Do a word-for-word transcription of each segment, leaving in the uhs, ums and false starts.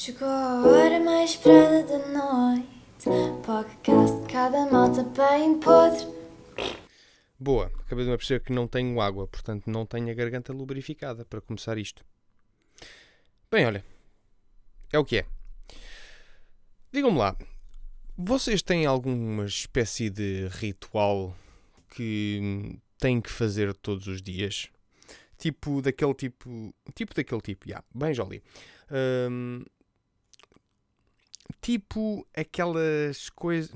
Chegou a hora mais esperada da noite. Podcast de cada malta bem podre. Boa, acabei de me aperceber que não tenho água, portanto não tenho a garganta lubrificada para começar isto. Bem, olha, é o que é. Digam-me lá, vocês têm alguma espécie de ritual que têm que fazer todos os dias? Tipo daquele tipo... Tipo daquele tipo, já, yeah, bem jolly. Hum, tipo aquelas coisas...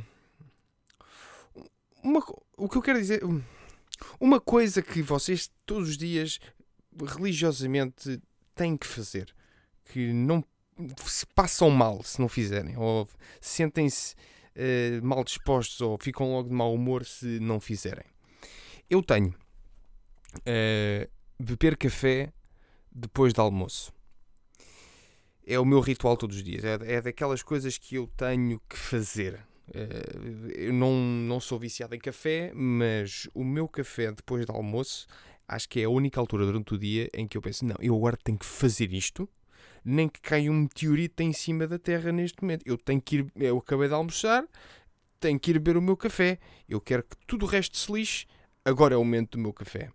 Uma, o que eu quero dizer... Uma coisa que vocês todos os dias religiosamente têm que fazer, que não se passam mal se não fizerem, ou sentem-se uh, mal dispostos ou ficam logo de mau humor se não fizerem. Eu tenho uh, beber café depois do almoço. É o meu ritual todos os dias. É, é daquelas coisas que eu tenho que fazer. Uh, eu não, não sou viciado em café, mas o meu café depois do almoço acho que é a única altura durante o dia em que eu penso, não, eu agora tenho que fazer isto, nem que caia um meteorito em cima da Terra neste momento. Eu tenho que ir, eu acabei de almoçar, tenho que ir beber o meu café. Eu quero que tudo o resto se lixe, agora é o momento do meu café.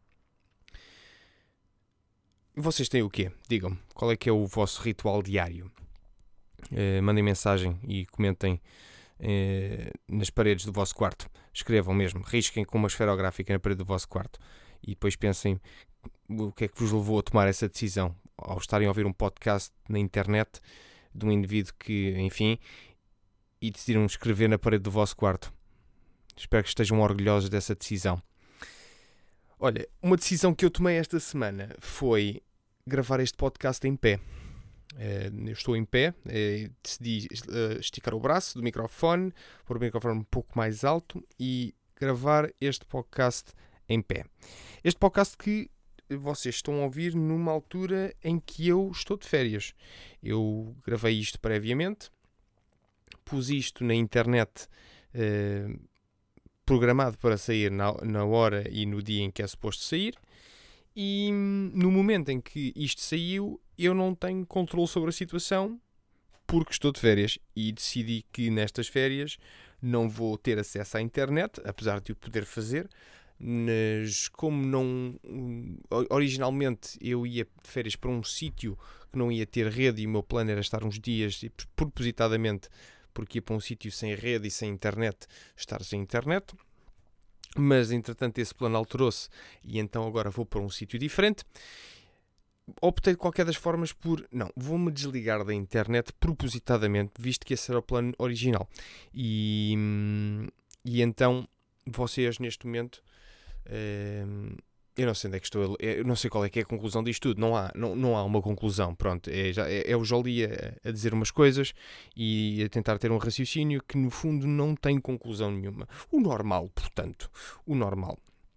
Vocês têm o quê? Digam-me, qual é que é o vosso ritual diário? Uh, mandem mensagem e comentem uh, nas paredes do vosso quarto. Escrevam mesmo, risquem com uma esferográfica na parede do vosso quarto e depois pensem o que é que vos levou a tomar essa decisão ao estarem a ouvir um podcast na internet de um indivíduo que, enfim, e decidiram escrever na parede do vosso quarto. Espero que estejam orgulhosos dessa decisão. Olha, uma decisão que eu tomei esta semana foi gravar este podcast em pé. Eu estou em pé, decidi esticar o braço do microfone, pôr o microfone um pouco mais alto e gravar este podcast em pé. Este podcast que vocês estão a ouvir numa altura em que eu estou de férias. Eu gravei isto previamente, pus isto na internet eh, programado para sair na, na hora e no dia em que é suposto sair, e no momento em que isto saiu eu não tenho controle sobre a situação porque estou de férias e decidi que nestas férias não vou ter acesso à internet, apesar de o poder fazer. Mas como não originalmente eu ia de férias para um sítio que não ia ter rede e o meu plano era estar uns dias propositadamente, porque ia para um sítio sem rede e sem internet, estar sem internet, mas entretanto esse plano alterou-se e então agora vou para um sítio diferente. Optei de qualquer das formas por, não, vou-me desligar da internet propositadamente, visto que esse era o plano original. E, e então vocês neste momento, Uh, eu não sei onde é que estou, eu não sei qual é que é a conclusão disto tudo, não há, não, não há uma conclusão, pronto, é, já, é, é o Jolie a, a dizer umas coisas e a tentar ter um raciocínio que no fundo não tem conclusão nenhuma. O normal, portanto, o normal.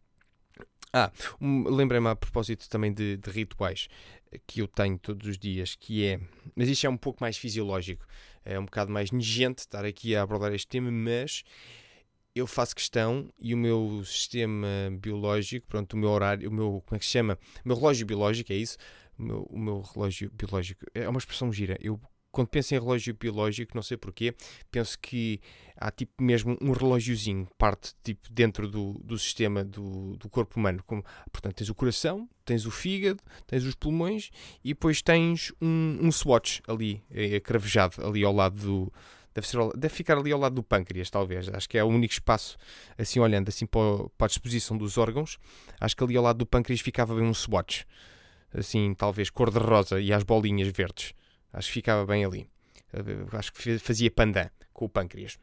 Ah, um, lembrei-me a propósito também de, de rituais que eu tenho todos os dias, que é, mas isto é um pouco mais fisiológico, é um bocado mais nojento estar aqui a abordar este tema, mas eu faço questão e o meu sistema biológico, pronto, o meu horário, o meu, como é que se chama? O meu relógio biológico, é isso? O meu, o meu relógio biológico, é uma expressão gira. Eu, quando penso em relógio biológico, não sei porquê, penso que há tipo mesmo um relógiozinho, parte tipo dentro do, do sistema do, do corpo humano. Como, portanto, tens o coração, tens o fígado, tens os pulmões e depois tens um, um swatch ali, é, cravejado ali ao lado do... Deve, ser, deve ficar ali ao lado do pâncreas, talvez. Acho que é o único espaço, assim olhando assim para, para a disposição dos órgãos. Acho que ali ao lado do pâncreas ficava bem um swatch. Assim, talvez cor-de-rosa e as bolinhas verdes. Acho que ficava bem ali. Acho que fazia pandan com o pâncreas.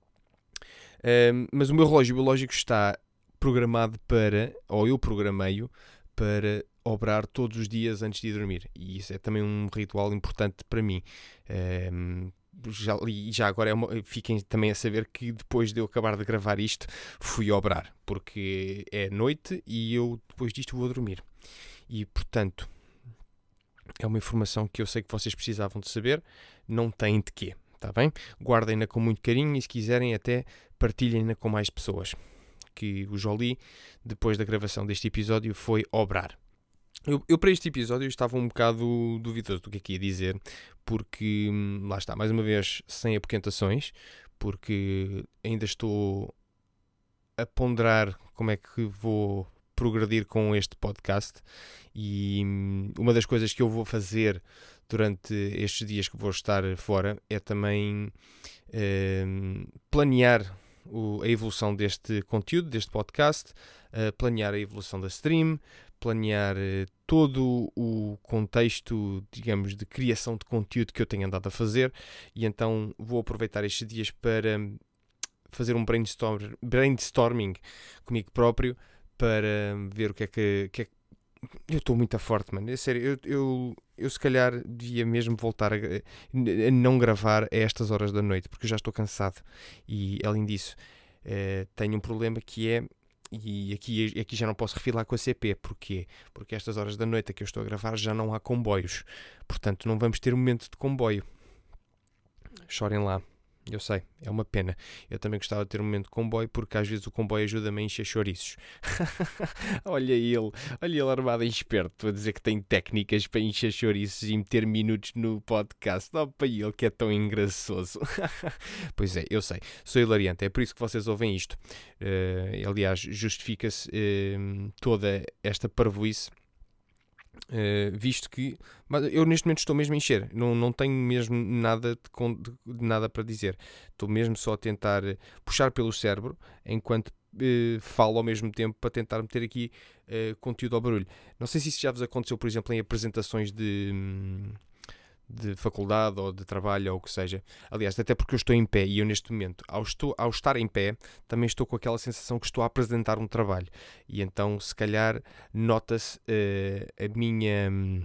Um, mas o meu relógio biológico está programado para, ou eu programei-o, para obrar todos os dias antes de ir dormir. E isso é também um ritual importante para mim. Um, Já, e já agora é uma, fiquem também a saber que depois de eu acabar de gravar isto fui obrar, porque é noite e eu depois disto vou dormir e portanto é uma informação que eu sei que vocês precisavam de saber, não têm de quê, está bem? Guardem-na com muito carinho e se quiserem até partilhem-na com mais pessoas, que o Jolie depois da gravação deste episódio foi obrar. Eu, eu para este episódio estava um bocado duvidoso do que é que ia dizer, porque, hum, lá está, mais uma vez, sem apoquentações, porque ainda estou a ponderar como é que vou progredir com este podcast e hum, uma das coisas que eu vou fazer durante estes dias que vou estar fora é também hum, planear o, a evolução deste conteúdo, deste podcast, uh, planear a evolução da stream, planear uh, todo o contexto, digamos, de criação de conteúdo que eu tenho andado a fazer, e então vou aproveitar estes dias para fazer um brainstorm, brainstorming comigo próprio para ver o que é que... que é que... Eu estou muito forte, mano. É sério, eu, eu, eu se calhar devia mesmo voltar a, a não gravar a estas horas da noite, porque eu já estou cansado. E, além disso, eh, tenho um problema que é... E aqui, aqui já não posso refilar com a C P. Porquê? Porque estas horas da noite que eu estou a gravar já não há comboios. Portanto, não vamos ter um momento de comboio. Chorem lá. Eu sei, é uma pena. Eu também gostava de ter um momento de comboio, porque às vezes o comboio ajuda-me a encher chouriços. Olha ele, olha ele armado em esperto, a dizer que tem técnicas para encher chouriços e meter minutos no podcast. Oh, para ele que é tão engraçoso. Pois é, eu sei, sou hilariante, é por isso que vocês ouvem isto. Uh, aliás, justifica-se uh, toda esta parvoíce. Uh, visto que mas eu neste momento estou mesmo a encher, não, não tenho mesmo nada, de, de, de nada para dizer, estou mesmo só a tentar puxar pelo cérebro enquanto uh, falo ao mesmo tempo para tentar meter aqui uh, conteúdo ao barulho. Não sei se isso já vos aconteceu, por exemplo, em apresentações de, de faculdade ou de trabalho ou o que seja. Aliás, até porque eu estou em pé e eu neste momento, ao, estou, ao estar em pé, também estou com aquela sensação que estou a apresentar um trabalho. E então, se calhar, nota-se uh, a minha... Um,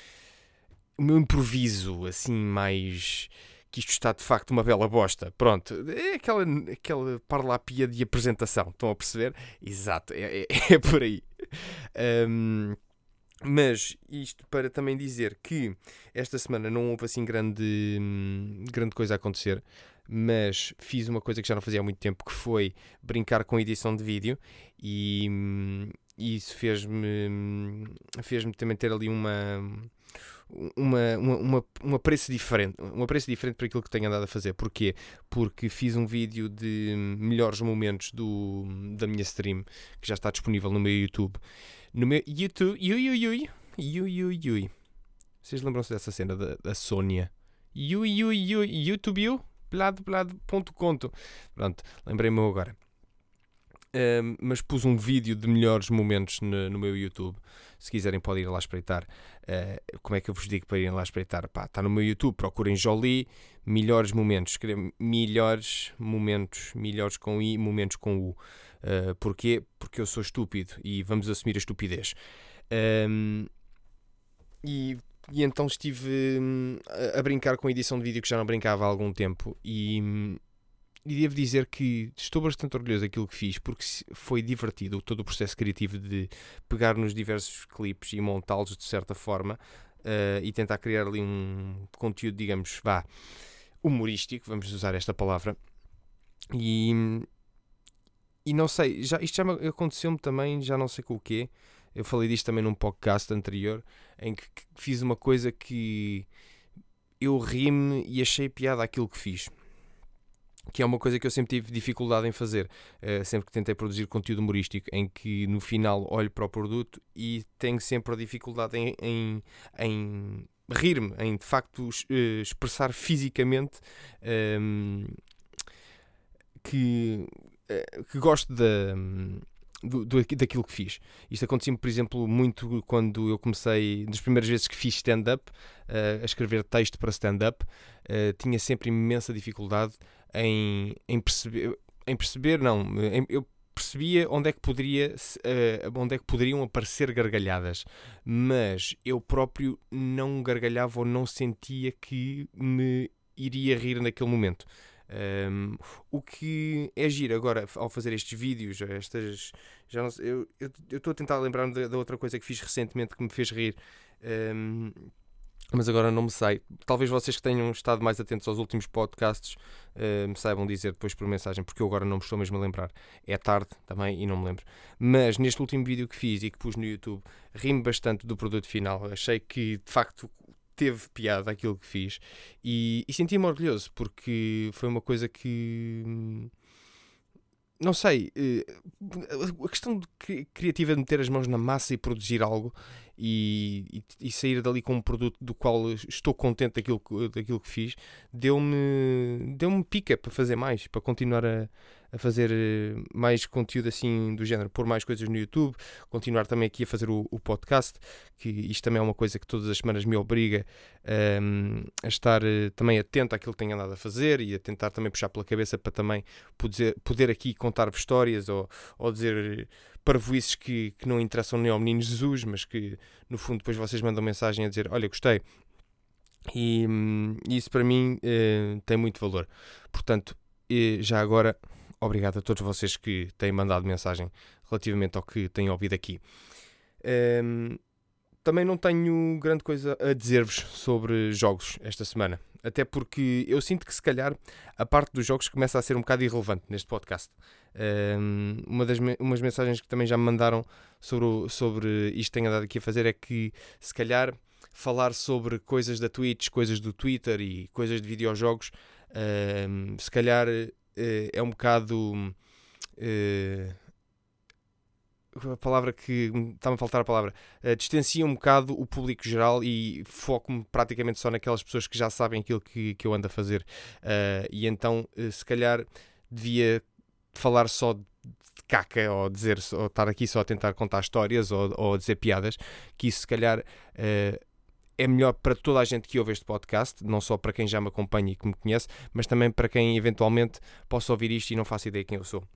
o meu improviso, assim, mais... que isto está de facto uma bela bosta. Pronto, é aquela, aquela parlapia de apresentação. Estão a perceber? Exato, é, é, é por aí. Um, Mas isto para também dizer que esta semana não houve assim grande, grande coisa a acontecer, mas fiz uma coisa que já não fazia há muito tempo, que foi brincar com edição de vídeo, e, e isso fez-me, fez-me também ter ali uma... Uma, uma, uma, um apreço diferente um apreço diferente para aquilo que tenho andado a fazer. Porquê? Porque fiz um vídeo de melhores momentos do, da minha stream, que já está disponível no meu YouTube. No meu YouTube, ui, ui, ui, ui, ui, ui. Vocês lembram-se dessa cena da, da Sónia? Ui, ui, ui, YouTube, ui, blado, blado, ponto, conto. Pronto, lembrei-me agora. Um, mas pus um vídeo de melhores momentos no, no meu YouTube. Se quiserem podem ir lá espreitar. Uh, como é que eu vos digo para irem lá espreitar? Pá, está no meu YouTube, procurem Jolie, melhores momentos. Escrevem melhores momentos, melhores com I, momentos com U. Uh, porquê? Porque eu sou estúpido e vamos assumir a estupidez. Um, e, e então estive um, a, a brincar com a edição de vídeo que já não brincava há algum tempo, e... Um, E devo dizer que estou bastante orgulhoso daquilo que fiz, porque foi divertido todo o processo criativo de pegar nos diversos clipes e montá-los de certa forma, uh, e tentar criar ali um conteúdo, digamos, vá, humorístico, vamos usar esta palavra. E, e não sei, já, isto já aconteceu-me também, já não sei com o quê. Eu falei disto também num podcast anterior, em que, que fiz uma coisa que eu ri-me e achei piada aquilo que fiz, que é uma coisa que eu sempre tive dificuldade em fazer, uh, sempre que tentei produzir conteúdo humorístico, em que no final olho para o produto e tenho sempre a dificuldade em, em, em rir-me, em de facto uh, expressar fisicamente um, que, uh, que gosto da... Um, Do, do, daquilo que fiz. Isto acontecia-me, por exemplo, muito quando eu comecei, nas primeiras vezes que fiz stand-up, uh, a escrever texto para stand-up, uh, tinha sempre imensa dificuldade em, em perceber, em perceber, não, em, eu percebia onde é que poderia, uh, onde é que poderiam aparecer gargalhadas, mas eu próprio não gargalhava ou não sentia que me iria rir naquele momento. Um, o que é giro agora ao fazer estes vídeos, estas, já não sei, eu estou a tentar lembrar-me da, da outra coisa que fiz recentemente que me fez rir, um, mas agora não me sai. Talvez vocês que tenham estado mais atentos aos últimos podcasts uh, me saibam dizer depois por mensagem, porque eu agora não me estou mesmo a lembrar. É tarde também e não me lembro. Mas neste último vídeo que fiz e que pus no YouTube, ri-me bastante do produto final. Achei que de facto teve piada aquilo que fiz e, e senti-me orgulhoso, porque foi uma coisa que... Não sei, a questão de criativa de meter as mãos na massa e produzir algo e, e, e sair dali com um produto do qual estou contente daquilo, daquilo que fiz, deu-me, deu-me pica para fazer mais, para continuar a, a fazer mais conteúdo assim do género, pôr mais coisas no YouTube, continuar também aqui a fazer o, o podcast, que isto também é uma coisa que todas as semanas me obriga um, a estar também atento àquilo que tenho andado a fazer e a tentar também puxar pela cabeça para também poder, poder aqui contar-vos histórias ou, ou dizer parvoices que, que não interessam nem ao menino Jesus, mas que no fundo depois vocês mandam mensagem a dizer, olha, gostei. E hum, isso para mim eh, tem muito valor. Portanto, eh, já agora, obrigado a todos vocês que têm mandado mensagem relativamente ao que têm ouvido aqui. Um, também não tenho grande coisa a dizer-vos sobre jogos esta semana. Até porque eu sinto que se calhar a parte dos jogos começa a ser um bocado irrelevante neste podcast. Um, uma das me- umas mensagens que também já me mandaram sobre, o, sobre isto que tenho andado aqui a fazer é que se calhar falar sobre coisas da Twitch, coisas do Twitter e coisas de videojogos, um, se calhar uh, é um bocado... Uh, a palavra que está-me a faltar a palavra, uh, distancia um bocado o público geral e foco-me praticamente só naquelas pessoas que já sabem aquilo que, que eu ando a fazer, uh, e então uh, se calhar devia falar só de caca ou, dizer, ou estar aqui só a tentar contar histórias ou, ou dizer piadas, que isso se calhar uh, é melhor para toda a gente que ouve este podcast, não só para quem já me acompanha e que me conhece, mas também para quem eventualmente possa ouvir isto e não faça ideia quem eu sou.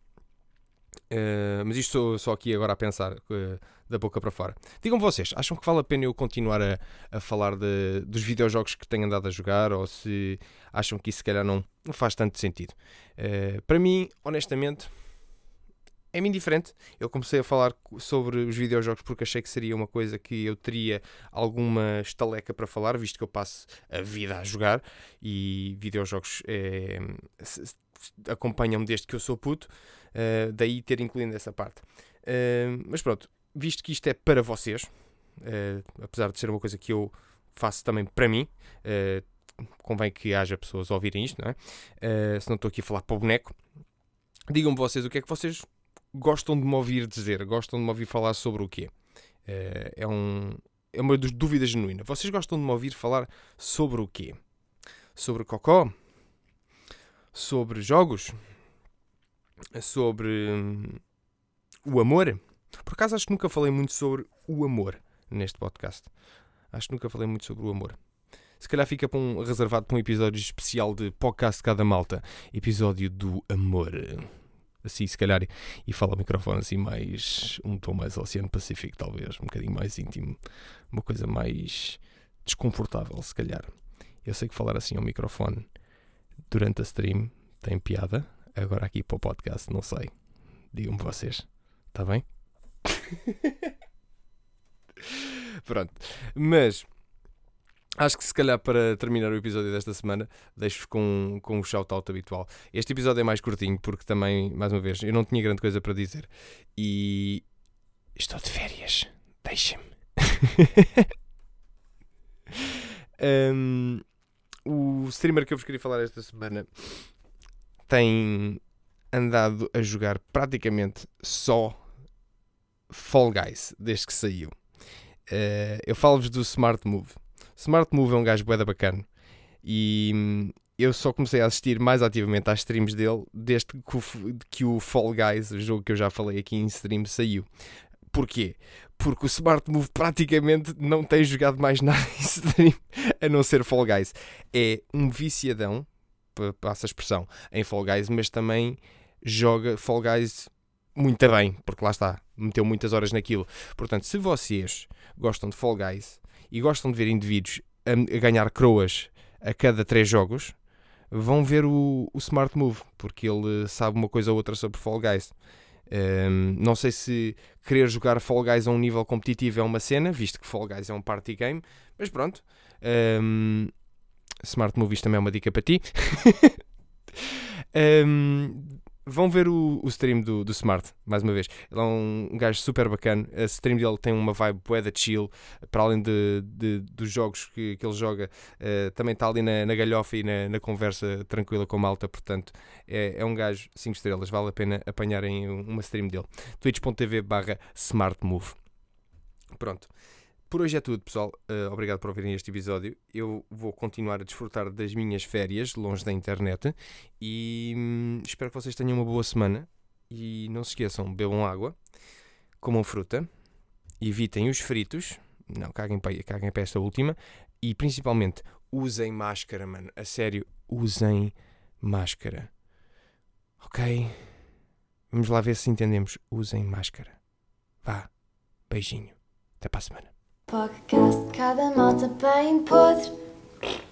Uh, mas isto sou só aqui agora a pensar uh, da boca para fora. Digam-me vocês, acham que vale a pena eu continuar a, a falar de, dos videojogos que tenho andado a jogar, ou se acham que isso se calhar não, não faz tanto sentido? Uh, para mim, honestamente, é-me indiferente. Eu comecei a falar sobre os videojogos porque achei que seria uma coisa que eu teria alguma estaleca para falar, visto que eu passo a vida a jogar e videojogos é, acompanham-me desde que eu sou puto. Uh, daí ter incluído essa parte. Uh, mas pronto, visto que isto é para vocês, uh, apesar de ser uma coisa que eu faço também para mim, uh, convém que haja pessoas a ouvirem isto, não é? Uh, se não estou aqui a falar para o boneco, digam-me vocês o que é que vocês gostam de me ouvir dizer, gostam de me ouvir falar sobre o quê? Uh, é, um, é uma dúvida genuína. Vocês gostam de me ouvir falar sobre o quê? Sobre cocó? Sobre jogos? Sobre hum, o amor? Por acaso acho que nunca falei muito sobre o amor neste podcast. Acho que nunca falei muito sobre o amor. Se calhar fica para um, reservado para um episódio especial de podcast Cada Malta. Episódio do amor. Assim, se calhar, e fala ao microfone assim mais... um tom mais Oceano Pacífico, talvez. Um bocadinho mais íntimo. Uma coisa mais desconfortável, se calhar. Eu sei que falar assim ao microfone durante a stream tem piada. Agora aqui para o podcast, não sei. Digam-me vocês. Está bem? Pronto. Mas acho que se calhar para terminar o episódio desta semana deixo-vos com, com o shout-out habitual. Este episódio é mais curtinho porque também, mais uma vez, eu não tinha grande coisa para dizer. E estou de férias. Deixem-me. um, o streamer que eu vos queria falar esta semana tem andado a jogar praticamente só Fall Guys desde que saiu. Uh, eu falo-vos do Smart Move. Smart Move é um gajo bué da bacana e hum, eu só comecei a assistir mais ativamente às streams dele desde que o, que o Fall Guys, o jogo que eu já falei aqui em stream, saiu. Porquê? Porque o Smart Move praticamente não tem jogado mais nada em stream a não ser Fall Guys. É um viciadão, passa a expressão, em Fall Guys, mas também joga Fall Guys muito bem, porque lá está, meteu muitas horas naquilo. Portanto, se vocês gostam de Fall Guys e gostam de ver indivíduos a, a ganhar croas a cada três jogos, vão ver o, o Smart Move, porque ele sabe uma coisa ou outra sobre Fall Guys. Um, não sei se querer jogar Fall Guys a um nível competitivo é uma cena, visto que Fall Guys é um party game, mas pronto, Um, Smart Movies também é uma dica para ti. um, Vão ver o, o stream do, do Smart, mais uma vez. Ele é um, um gajo super bacana. A stream dele tem uma vibe bué da chill. Para além de, de, dos jogos que, que ele joga, uh, também está ali na, na galhofa e na, na conversa tranquila com a malta. Portanto, é, é um gajo cinco estrelas. Vale a pena apanharem uma stream dele. twitch.tv barra smartmove. Pronto. Por hoje é tudo, pessoal. Uh, obrigado por ouvirem este episódio. Eu vou continuar a desfrutar das minhas férias, longe da internet. E hum, espero que vocês tenham uma boa semana. E não se esqueçam, bebam água, comam fruta, evitem os fritos. Não, caguem para, caguem para esta última. E principalmente, usem máscara, mano. A sério, usem máscara. Ok? Vamos lá ver se entendemos. Usem máscara. Vá. Beijinho. Até para a semana. Podcast cada malta bem podre.